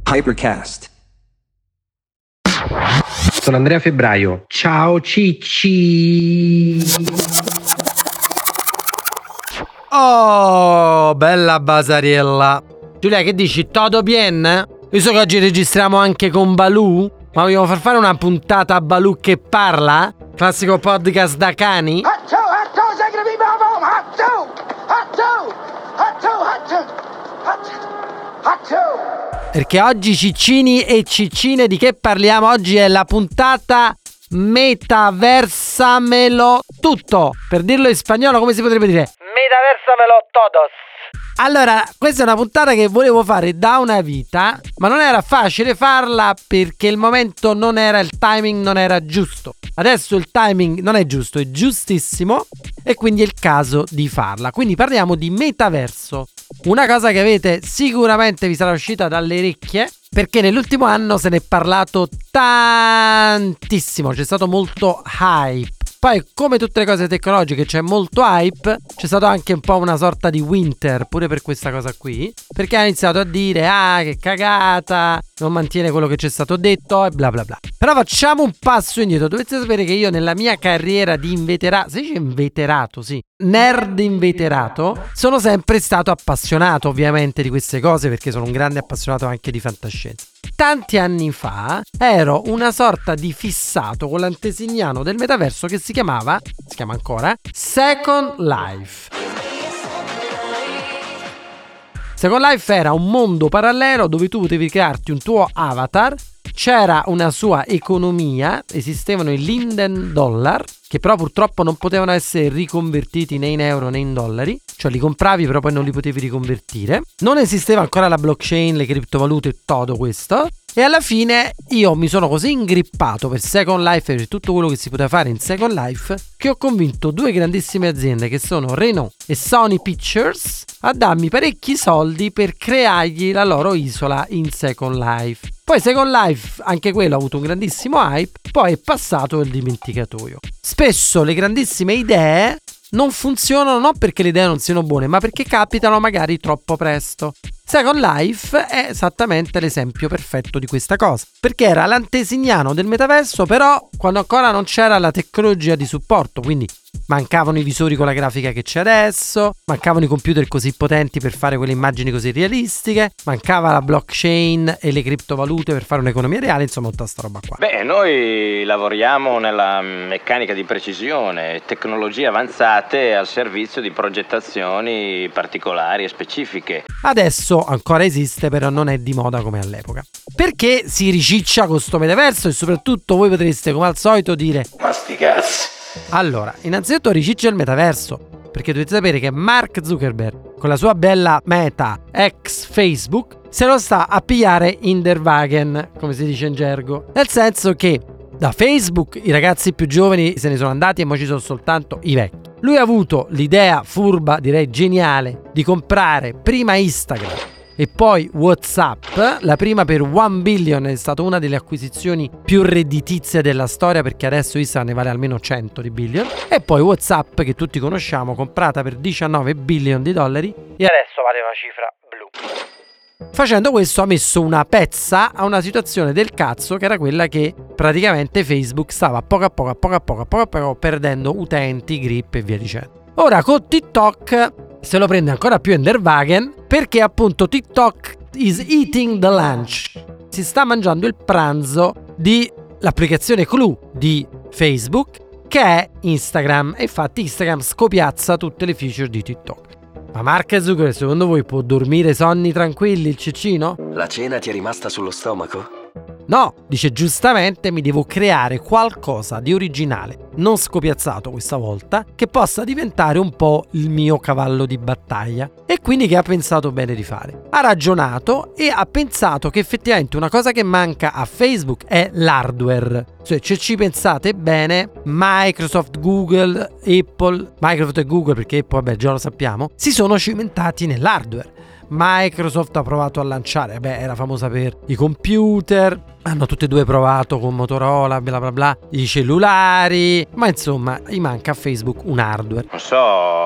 Hypercast. Sono Andrea Febbraio. Ciao Cicci. Oh, bella Basariella. Giulia, che dici? Todo bien? Visto che oggi registriamo anche con Balù, ma vogliamo fare una puntata a Balù che parla? Classico podcast da cani? Perché oggi ciccini e ciccine di che parliamo? Oggi è la puntata Metaversamelo tutto. Per dirlo in spagnolo come si potrebbe dire? Metaversamelo todos. Allora, questa è una puntata che volevo fare da una vita, ma non era facile farla perché il momento non era, il timing non era giusto. Adesso il timing non è giusto, è giustissimo e quindi è il caso di farla. Quindi parliamo di metaverso, una cosa che avete sicuramente vi sarà uscita dalle orecchie perché nell'ultimo anno se ne è parlato tantissimo, c'è stato molto hype. Poi, come tutte le cose tecnologiche, c'è molto hype. C'è stato anche un po' una sorta di winter pure per questa cosa qui, perché ha iniziato a dire che cagata, non mantiene quello che c'è stato detto e bla bla bla. Però facciamo un passo indietro. Dovete sapere che io nella mia carriera di inveterato, si dice inveterato, sì, nerd inveterato, sono sempre stato appassionato ovviamente di queste cose perché sono un grande appassionato anche di fantascienza. Tanti anni fa ero una sorta di fissato con l'antesignano del metaverso che si chiama ancora Second Life. Second Life era un mondo parallelo dove tu potevi crearti un tuo avatar, c'era una sua economia, esistevano i Linden Dollar, che però purtroppo non potevano essere riconvertiti né in euro né in dollari, cioè li compravi però poi non li potevi riconvertire. Non esisteva ancora la blockchain, le criptovalute e tutto questo. E alla fine io mi sono così ingrippato per Second Life e per tutto quello che si poteva fare in Second Life che ho convinto due grandissime aziende che sono Renault e Sony Pictures a darmi parecchi soldi per creargli la loro isola in Second Life. Poi Second Life, anche quello ha avuto un grandissimo hype, poi è passato nel dimenticatoio. Spesso le grandissime idee non funzionano non perché le idee non siano buone, ma perché capitano magari troppo presto. Second Life è esattamente l'esempio perfetto di questa cosa, perché era l'antesignano del metaverso, però quando ancora non c'era la tecnologia di supporto, quindi mancavano i visori con la grafica che c'è adesso, mancavano i computer così potenti per fare quelle immagini così realistiche, mancava la blockchain e le criptovalute per fare un'economia reale, insomma tutta sta roba qua. Beh, noi lavoriamo nella meccanica di precisione, tecnologie avanzate al servizio di progettazioni particolari e specifiche. Adesso ancora esiste, però non è di moda come all'epoca. Perché si riciccia con sto metaverso e soprattutto voi potreste come al solito dire Ma sti cazzi. Allora, innanzitutto riciccia il metaverso, perché dovete sapere che Mark Zuckerberg con la sua bella Meta ex Facebook se lo sta a pigliare in der Wagen, come si dice in gergo. Nel senso che da Facebook i ragazzi più giovani se ne sono andati e ora ci sono soltanto i vecchi. Lui ha avuto l'idea furba, direi geniale, di comprare prima Instagram e poi WhatsApp. La prima per 1 billion è stata una delle acquisizioni più redditizie della storia, perché adesso Instagram ne vale almeno 100 di billion. E poi WhatsApp, che tutti conosciamo, comprata per 19 billion di dollari e adesso vale una cifra blu. Facendo questo ha messo una pezza a una situazione del cazzo che era quella che praticamente Facebook stava a poco a poco perdendo utenti, grip e via dicendo. Ora con TikTok se lo prende ancora più in der Wagen, perché appunto TikTok is eating the lunch, si sta mangiando il pranzo di l'applicazione Clue di Facebook che è Instagram, e infatti Instagram scopiazza tutte le feature di TikTok. Ma Mark Zuckerberg, secondo voi può dormire sonni tranquilli il ciccino? La cena ti è rimasta sullo stomaco? No, dice giustamente mi devo creare qualcosa di originale, non scopiazzato questa volta, che possa diventare un po' il mio cavallo di battaglia. E quindi che ha pensato bene di fare? Ha ragionato e ha pensato che effettivamente una cosa che manca a Facebook è l'hardware. Cioè, se ci pensate bene, Microsoft, Google, Apple, Microsoft e Google, perché Apple, vabbè, già lo sappiamo, si sono cimentati nell'hardware. Microsoft ha provato a lanciare, era famosa per i computer, hanno tutte e due provato con Motorola, bla bla bla, i cellulari, ma insomma gli manca a Facebook un hardware. Non so,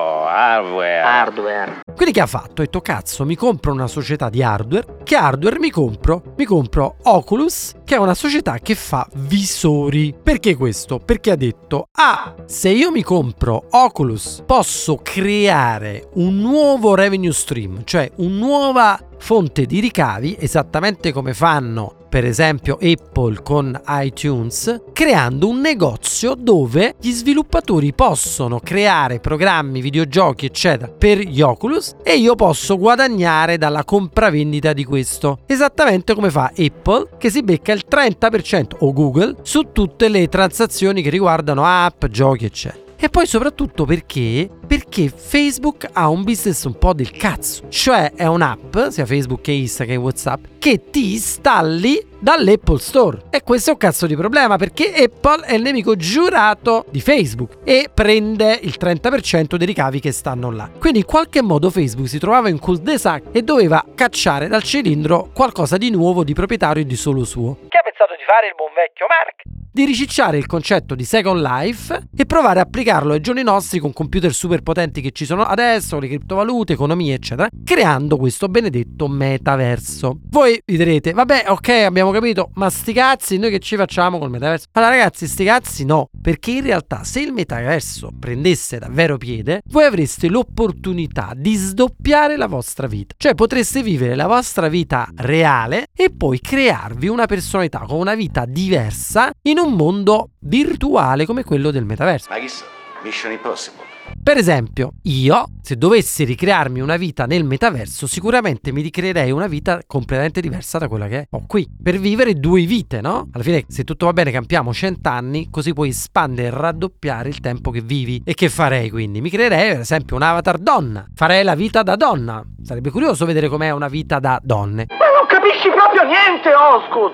hardware. Quindi che ha fatto? Ha detto cazzo, mi compro una società di hardware. Che hardware mi compro? Mi compro Oculus, che è una società che fa visori. Perché questo? Perché ha detto se io mi compro Oculus posso creare un nuovo revenue stream, cioè una nuova fonte di ricavi, esattamente come fanno per esempio Apple con iTunes, creando un negozio dove gli sviluppatori possono creare programmi, videogiochi eccetera per gli Oculus e io posso guadagnare dalla compravendita di questo, esattamente come fa Apple, che si becca il 30% o Google su tutte le transazioni che riguardano app, giochi eccetera. E poi soprattutto perché Facebook ha un business un po' del cazzo, cioè è un'app, sia Facebook che Instagram che WhatsApp, che ti installi dall'Apple Store. E questo è un cazzo di problema, perché Apple è il nemico giurato di Facebook e prende il 30% dei ricavi che stanno là. Quindi in qualche modo Facebook si trovava in cul-de-sac e doveva cacciare dal cilindro qualcosa di nuovo, di proprietario e di solo suo. Che ha pensato di fare il buon vecchio Mark? Di ricicciare il concetto di Second Life e provare a applicarlo ai giorni nostri con computer super potenti che ci sono adesso, le criptovalute, economie eccetera, creando questo benedetto metaverso. Voi vi direte, vabbè, ok, abbiamo capito, ma sti cazzi, noi che ci facciamo col metaverso? Allora ragazzi, sti cazzi no, perché in realtà se il metaverso prendesse davvero piede, voi avreste l'opportunità di sdoppiare la vostra vita. Cioè potreste vivere la vostra vita reale e poi crearvi una personalità con una vita diversa in un mondo virtuale come quello del metaverso. Ma chissà, Mission Impossible. Per esempio, io, se dovessi ricrearmi una vita nel metaverso, sicuramente mi ricreerei una vita completamente diversa da quella che ho qui, per vivere due vite, no? Alla fine, se tutto va bene, campiamo 100 anni, così puoi espandere e raddoppiare il tempo che vivi. E che farei quindi? Mi creerei, per esempio, un avatar donna. Farei la vita da donna. Sarebbe curioso vedere com'è una vita da donne. Ma non capisci proprio niente, Osgood!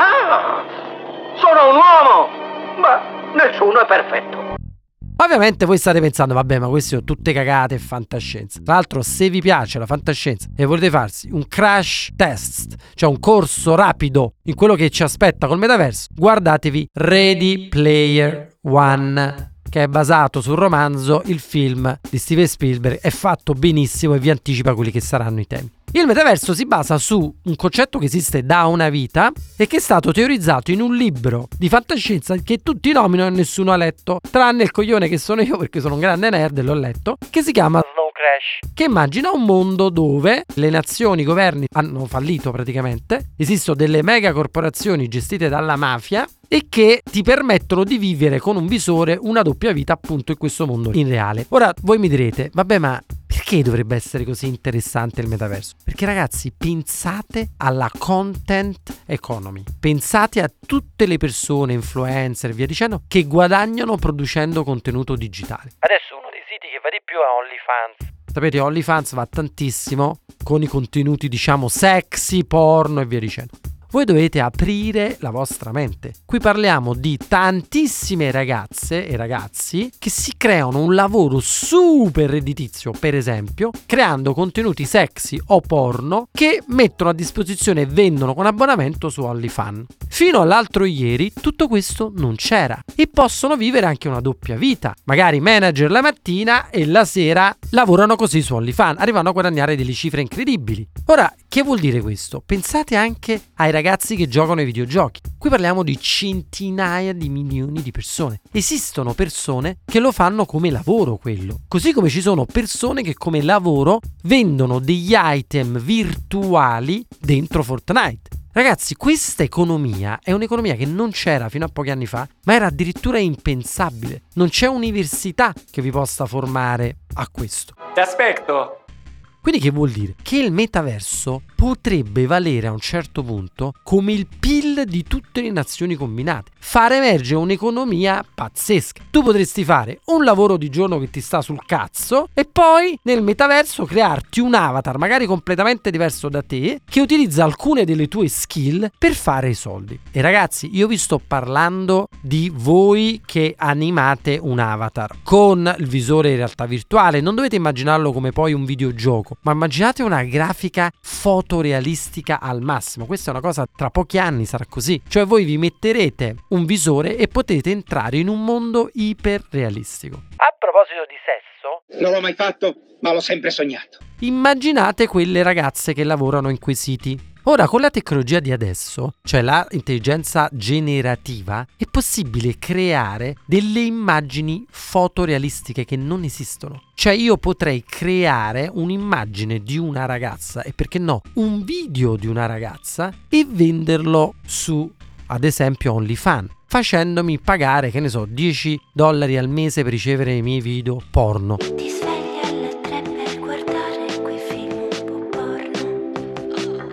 Sono un uomo, ma nessuno è perfetto. Ovviamente voi state pensando, vabbè, ma queste sono tutte cagate e fantascienza. Tra l'altro, se vi piace la fantascienza e volete farsi un crash test, cioè un corso rapido in quello che ci aspetta col metaverso, guardatevi Ready Player One, che è basato sul romanzo, il film di Steven Spielberg, è fatto benissimo e vi anticipa quelli che saranno i tempi. Il metaverso si basa su un concetto che esiste da una vita e che è stato teorizzato in un libro di fantascienza che tutti nominano e nessuno ha letto, tranne il coglione che sono io, perché sono un grande nerd e l'ho letto, che si chiama Snow Crash, che immagina un mondo dove le nazioni, i governi hanno fallito praticamente, esistono delle mega corporazioni gestite dalla mafia e che ti permettono di vivere con un visore una doppia vita appunto in questo mondo in reale. Ora voi mi direte, vabbè, ma perché dovrebbe essere così interessante il metaverso? Perché ragazzi, pensate alla content economy, pensate a tutte le persone, influencer e via dicendo, che guadagnano producendo contenuto digitale. Adesso uno dei siti che va di più è OnlyFans. Sapete, OnlyFans va tantissimo con i contenuti diciamo sexy, porno e via dicendo. Voi dovete aprire la vostra mente. Qui parliamo di tantissime ragazze e ragazzi che si creano un lavoro super redditizio, per esempio, creando contenuti sexy o porno che mettono a disposizione e vendono con abbonamento su OnlyFans. Fino all'altro ieri tutto questo non c'era e possono vivere anche una doppia vita. Magari manager la mattina e la sera lavorano così su OnlyFans, arrivano a guadagnare delle cifre incredibili. Ora, che vuol dire questo? Pensate anche ai ragazzi che giocano ai videogiochi. Qui parliamo di centinaia di milioni di persone. Esistono persone che lo fanno come lavoro quello. Così come ci sono persone che come lavoro vendono degli item virtuali dentro Fortnite. Ragazzi, questa economia è un'economia che non c'era fino a pochi anni fa, ma era addirittura impensabile. Non c'è università che vi possa formare a questo. Ti aspetto. Quindi che vuol dire? Che il metaverso potrebbe valere a un certo punto come il PIL di tutte le nazioni combinate, fare emergere un'economia pazzesca. Tu potresti fare un lavoro di giorno che ti sta sul cazzo e poi nel metaverso crearti un avatar magari completamente diverso da te che utilizza alcune delle tue skill per fare i soldi. E ragazzi, io vi sto parlando di voi che animate un avatar con il visore in realtà virtuale, non dovete immaginarlo come poi un videogioco. ma immaginate una grafica fotorealistica al massimo. Questa è una cosa, tra pochi anni sarà così. Cioè voi vi metterete un visore e potete entrare in un mondo iperrealistico. A proposito di sesso, Non l'ho mai fatto, ma l'ho sempre sognato. Immaginate quelle ragazze che lavorano in quei siti. Ora, con la tecnologia di adesso, cioè la intelligenza generativa, è possibile creare delle immagini fotorealistiche che non esistono. Cioè io potrei creare un'immagine di una ragazza e, perché no, un video di una ragazza e venderlo su, ad esempio, OnlyFans, facendomi pagare, che ne so, $10 al mese per ricevere i miei video porno. Ti svegli alle 3 per guardare quei film un po' porno.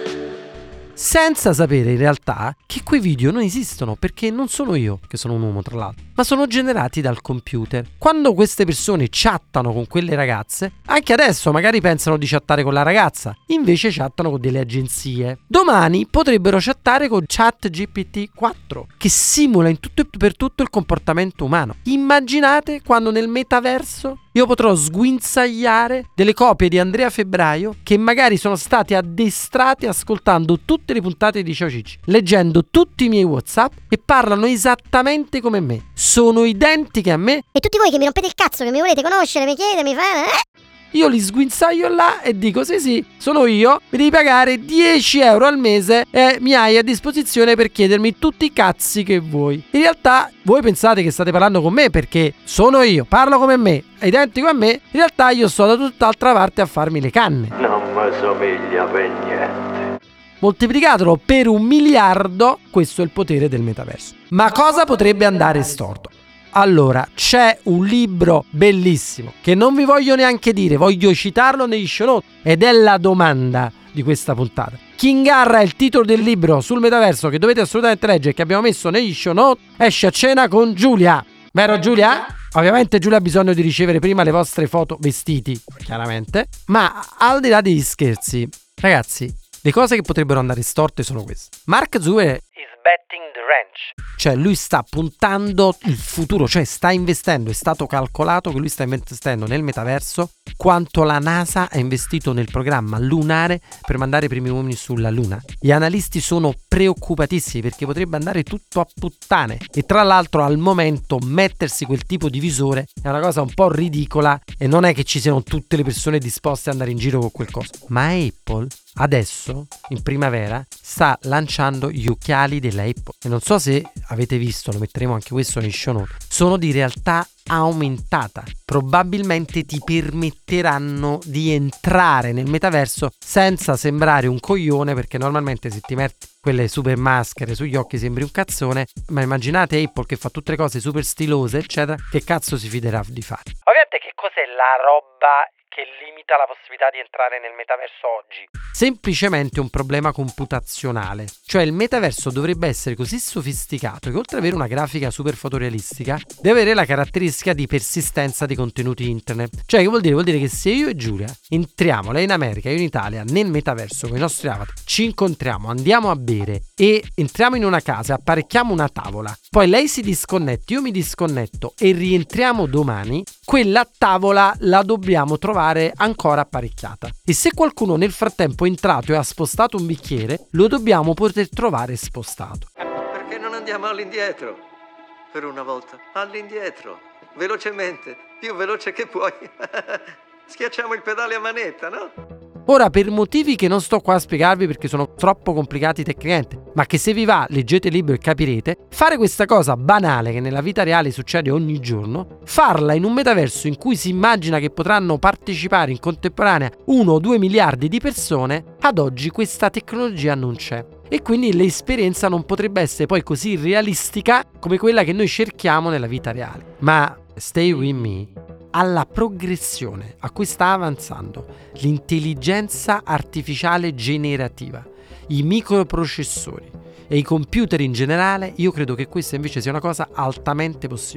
Senza sapere in realtà che quei video non esistono, perché non sono io, che sono un uomo tra l'altro, ma sono generati dal computer. Quando queste persone chattano con quelle ragazze, anche adesso magari pensano di chattare con la ragazza, invece chattano con delle agenzie. Domani potrebbero chattare con ChatGPT 4, che simula in tutto e per tutto il comportamento umano. Immaginate quando nel metaverso io potrò sguinzagliare delle copie di Andrea Febbraio che magari sono state addestrate ascoltando tutte le puntate di Ciao Cicci, leggendo tutti i miei WhatsApp e parlano esattamente come me. Sono identiche a me. E tutti voi che mi rompete il cazzo, che mi volete conoscere, mi chiedete, mi fate... Io li sguinzaglio là e dico sì, sono io, mi devi pagare €10 al mese e mi hai a disposizione per chiedermi tutti i cazzi che vuoi. In realtà voi pensate che state parlando con me perché sono io, parlo come me, è identico a me, in realtà io sto da tutt'altra parte a farmi le canne. non mi somiglia per niente. Moltiplicatelo per 1 miliardo, questo è il potere del metaverso. Ma cosa potrebbe andare storto? Allora, c'è un libro bellissimo che non vi voglio neanche dire, voglio citarlo negli show notes, ed è la domanda di questa puntata. Chi ingarra il titolo del libro sul metaverso che dovete assolutamente leggere, che abbiamo messo negli show notes, esce a cena con Giulia. Vero Giulia? Ovviamente Giulia ha bisogno di ricevere prima le vostre foto vestiti, chiaramente. Ma al di là degli scherzi, ragazzi, le cose che potrebbero andare storte sono queste. Mark Zuckerberg, Is betting the ranch. cioè lui sta puntando il futuro, cioè sta investendo, è stato calcolato che lui sta investendo nel metaverso quanto la NASA ha investito nel programma lunare per mandare i primi uomini sulla Luna. Gli analisti sono preoccupatissimi perché potrebbe andare tutto a puttane e tra l'altro al momento mettersi quel tipo di visore è una cosa un po' ridicola e non è che ci siano tutte le persone disposte ad andare in giro con quel coso. Ma Apple adesso, in primavera, sta lanciando gli occhiali della Apple e non so se avete visto, lo metteremo anche questo nei show notes, sono di realtà aumentata. Probabilmente ti permetteranno di entrare nel metaverso senza sembrare un coglione, perché normalmente se ti metti quelle super maschere sugli occhi sembri un cazzone, ma immaginate Apple che fa tutte le cose super stilose eccetera, che cazzo si fiderà di fare? Ovviamente che cos'è la roba che limita la possibilità di entrare nel metaverso oggi? Semplicemente un problema computazionale. Cioè il metaverso dovrebbe essere così sofisticato che oltre ad avere una grafica super fotorealistica deve avere la caratteristica di persistenza di contenuti internet. Cioè che vuol dire? Vuol dire che se io e Giulia entriamo, lei in America, io in Italia, nel metaverso con i nostri avatar, ci incontriamo, andiamo a bere e entriamo in una casa, apparecchiamo una tavola, poi lei si disconnette, io mi disconnetto e rientriamo domani, quella tavola la dobbiamo trovare ancora apparecchiata. E se qualcuno nel frattempo è entrato e ha spostato un bicchiere, lo dobbiamo poter trovare spostato. Perché non andiamo all'indietro? Per una volta, all'indietro, velocemente, più veloce che puoi. Schiacciamo il pedale a manetta, no? Ora, per motivi che non sto qua a spiegarvi perché sono troppo complicati tecnicamente, ma che se vi va leggete il libro e capirete, fare questa cosa banale che nella vita reale succede ogni giorno, farla in un metaverso in cui si immagina che potranno partecipare in contemporanea 1 o 2 miliardi di persone, ad oggi questa tecnologia non c'è. E quindi l'esperienza non potrebbe essere poi così realistica come quella che noi cerchiamo nella vita reale. Ma stay with me. Alla progressione a cui sta avanzando l'intelligenza artificiale generativa, i microprocessori e i computer in generale, io credo che questa invece sia una cosa altamente possibile.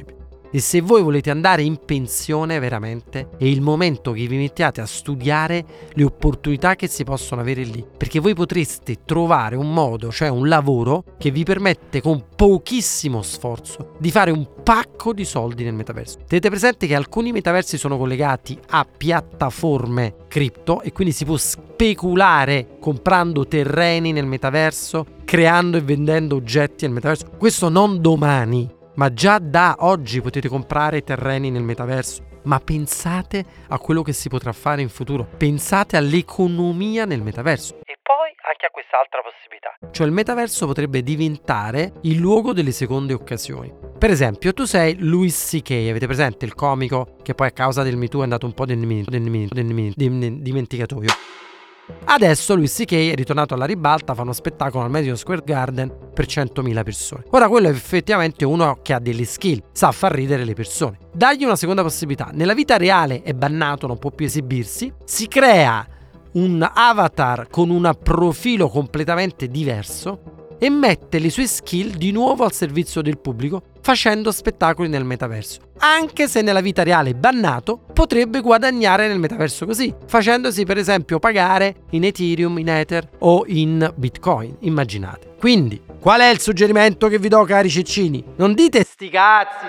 E se voi volete andare in pensione, veramente è il momento che vi mettiate a studiare le opportunità che si possono avere lì, perché voi potreste trovare un modo, cioè un lavoro che vi permette con pochissimo sforzo di fare un pacco di soldi nel metaverso. Tenete presente che alcuni metaversi sono collegati a piattaforme cripto e quindi si può speculare comprando terreni nel metaverso, creando e vendendo oggetti nel metaverso. Questo non domani, ma già da oggi potete comprare terreni nel metaverso. Ma pensate a quello che si potrà fare in futuro. Pensate all'economia nel metaverso. E poi anche a quest'altra possibilità. Cioè il metaverso potrebbe diventare il luogo delle seconde occasioni. Per esempio, tu sei Louis C.K., avete presente il comico che poi a causa del Me Too è andato un po' nel dimenticatoio. Adesso Louis C.K. è ritornato alla ribalta, fa uno spettacolo al Madison Square Garden per 100.000 persone. Ora quello è effettivamente uno che ha delle skill, sa far ridere le persone. Dagli una seconda possibilità. Nella vita reale è bannato, non può più esibirsi. Si crea un avatar con un profilo completamente diverso e mette le sue skill di nuovo al servizio del pubblico facendo spettacoli nel metaverso. Anche se nella vita reale è bannato, potrebbe guadagnare nel metaverso così, facendosi per esempio pagare in Ethereum, in Ether o in Bitcoin, immaginate. Quindi, qual è il suggerimento che vi do, cari ciccini? Non dite sti cazzi.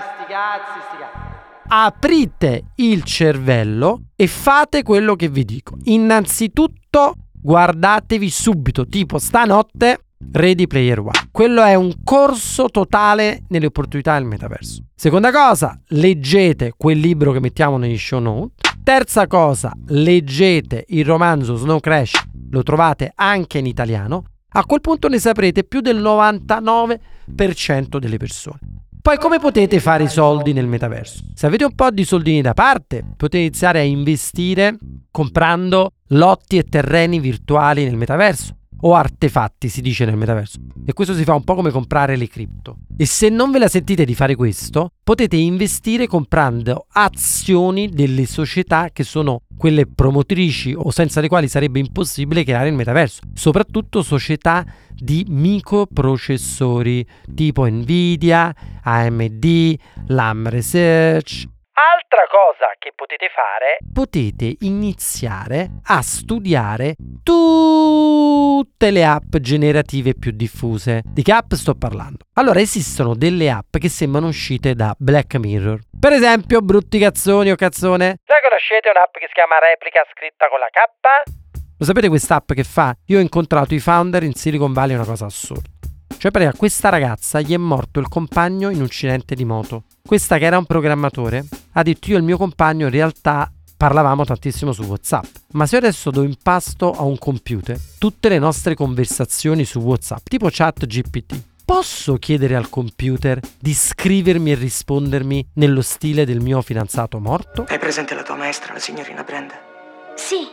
Aprite il cervello e fate quello che vi dico. Innanzitutto guardatevi subito, tipo stanotte, Ready Player One. Quello è un corso totale nelle opportunità del metaverso. Seconda cosa, leggete quel libro che mettiamo negli show note. Terza cosa, leggete il romanzo Snow Crash, lo trovate anche in italiano. A quel punto ne saprete più del 99% delle persone. Poi come potete fare i soldi nel metaverso? Se avete un po' di soldini da parte, potete iniziare a investire comprando lotti e terreni virtuali nel metaverso. O artefatti si dice nel metaverso. E questo si fa un po' come comprare le cripto. E se non ve la sentite di fare questo, potete investire comprando azioni delle società che sono quelle promotrici o senza le quali sarebbe impossibile creare il metaverso. Soprattutto società di microprocessori tipo Nvidia, AMD, Lam Research. Altra cosa che potete fare, potete iniziare a studiare tutte le app generative più diffuse. Di che app sto parlando? Allora, esistono delle app che sembrano uscite da Black Mirror. Per esempio, brutti cazzoni o cazzone. Voi conoscete un'app che si chiama Replica scritta con la K? Lo sapete quest'app che fa? Io ho incontrato i founder in Silicon Valley, è una cosa assurda. Cioè, per questa ragazza gli è morto il compagno in un incidente di moto. Questa, che era un programmatore, ha detto: io e il mio compagno in realtà parlavamo tantissimo su WhatsApp, ma se io adesso do in pasto a un computer tutte le nostre conversazioni su WhatsApp, tipo ChatGPT, posso chiedere al computer di scrivermi e rispondermi nello stile del mio fidanzato morto? Hai presente la tua maestra, la signorina Brenda? Sì.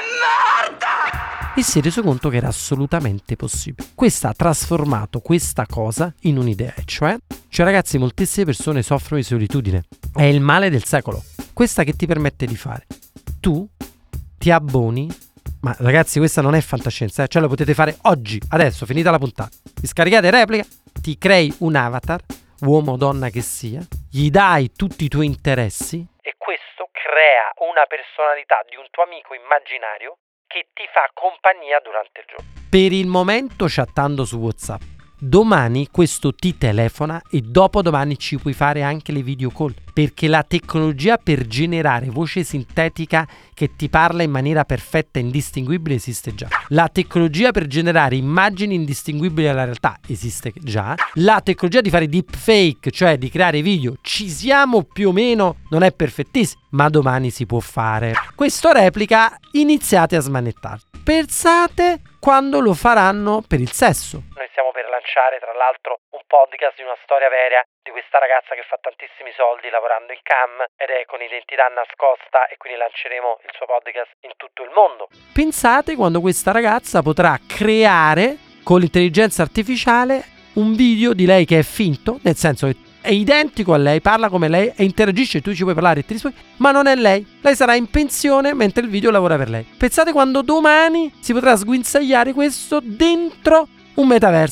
E si è reso conto che era assolutamente possibile. Questa ha trasformato questa cosa in un'idea, cioè ragazzi, moltissime persone soffrono di solitudine. È il male del secolo. Questa che ti permette di fare? Tu ti abboni, ma ragazzi questa non è fantascienza, cioè lo potete fare oggi, adesso, finita la puntata. Vi scaricate Replica, ti crei un avatar, uomo o donna che sia, gli dai tutti i tuoi interessi e questo crea una personalità di un tuo amico immaginario che ti fa compagnia durante il giorno. Per il momento chattando su WhatsApp. Domani questo ti telefona e dopodomani ci puoi fare anche le video call, perché la tecnologia per generare voce sintetica che ti parla in maniera perfetta e indistinguibile esiste già. La tecnologia per generare immagini indistinguibili dalla realtà esiste già. La tecnologia di fare deepfake, cioè di creare video, ci siamo più o meno, non è perfettissima, ma domani si può fare. Questo Replica, iniziate a smanettarvi. Pensate quando lo faranno per il sesso. Noi stiamo per lanciare tra l'altro un podcast di una storia vera di questa ragazza che fa tantissimi soldi lavorando in cam ed è con identità nascosta, e quindi lanceremo il suo podcast in tutto il mondo. Pensate quando questa ragazza potrà creare con l'intelligenza artificiale un video di lei che è finto, nel senso che è identico a lei, parla come lei e interagisce, tu ci puoi parlare e ti rispondi, ma non è lei. Lei sarà in pensione mentre il video lavora per lei. Pensate quando domani si potrà sguinzagliare questo dentro un metaverso.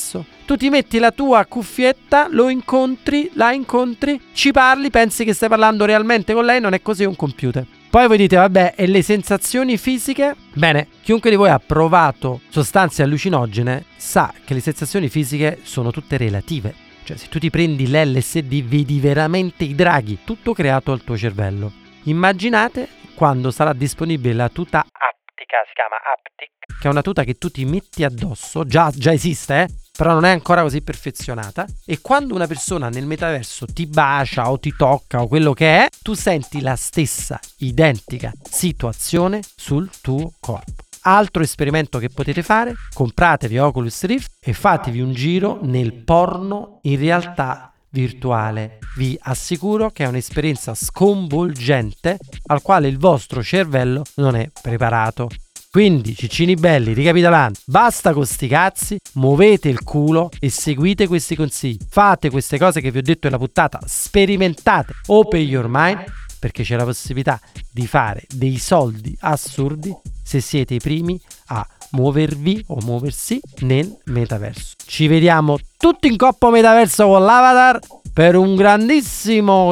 tu ti metti la tua cuffietta, la incontri, ci parli, pensi che stai parlando realmente con lei, non è così, è un computer. Poi voi dite, vabbè, e le sensazioni fisiche? Bene, chiunque di voi ha provato sostanze allucinogene sa che le sensazioni fisiche sono tutte relative. Cioè, se tu ti prendi l'LSD vedi veramente i draghi, tutto creato al tuo cervello. Immaginate quando sarà disponibile la tuta aptica, si chiama Aptic, che è una tuta che tu ti metti addosso, già esiste, però non è ancora così perfezionata, e quando una persona nel metaverso ti bacia o ti tocca o quello che è, tu senti la stessa identica situazione sul tuo corpo. Altro esperimento che potete fare: compratevi Oculus Rift e fatevi un giro nel porno in realtà virtuale. Vi assicuro che è un'esperienza sconvolgente al quale il vostro cervello non è preparato. Quindi, ciccini belli, ricapitolando, basta con sti cazzi, muovete il culo e seguite questi consigli. Fate queste cose che vi ho detto nella puntata, sperimentate, open your mind, perché c'è la possibilità di fare dei soldi assurdi se siete i primi a muovervi o muoversi nel metaverso. Ci vediamo tutti in coppa metaverso con l'avatar per un grandissimo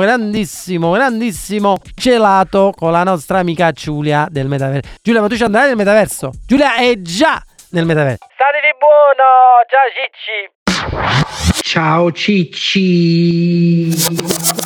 gelato con la nostra amica Giulia del metaverso. Giulia, ma tu ci andrai nel metaverso? Giulia è già nel metaverso. Statevi buono, ciao cicci. Ciao cicci.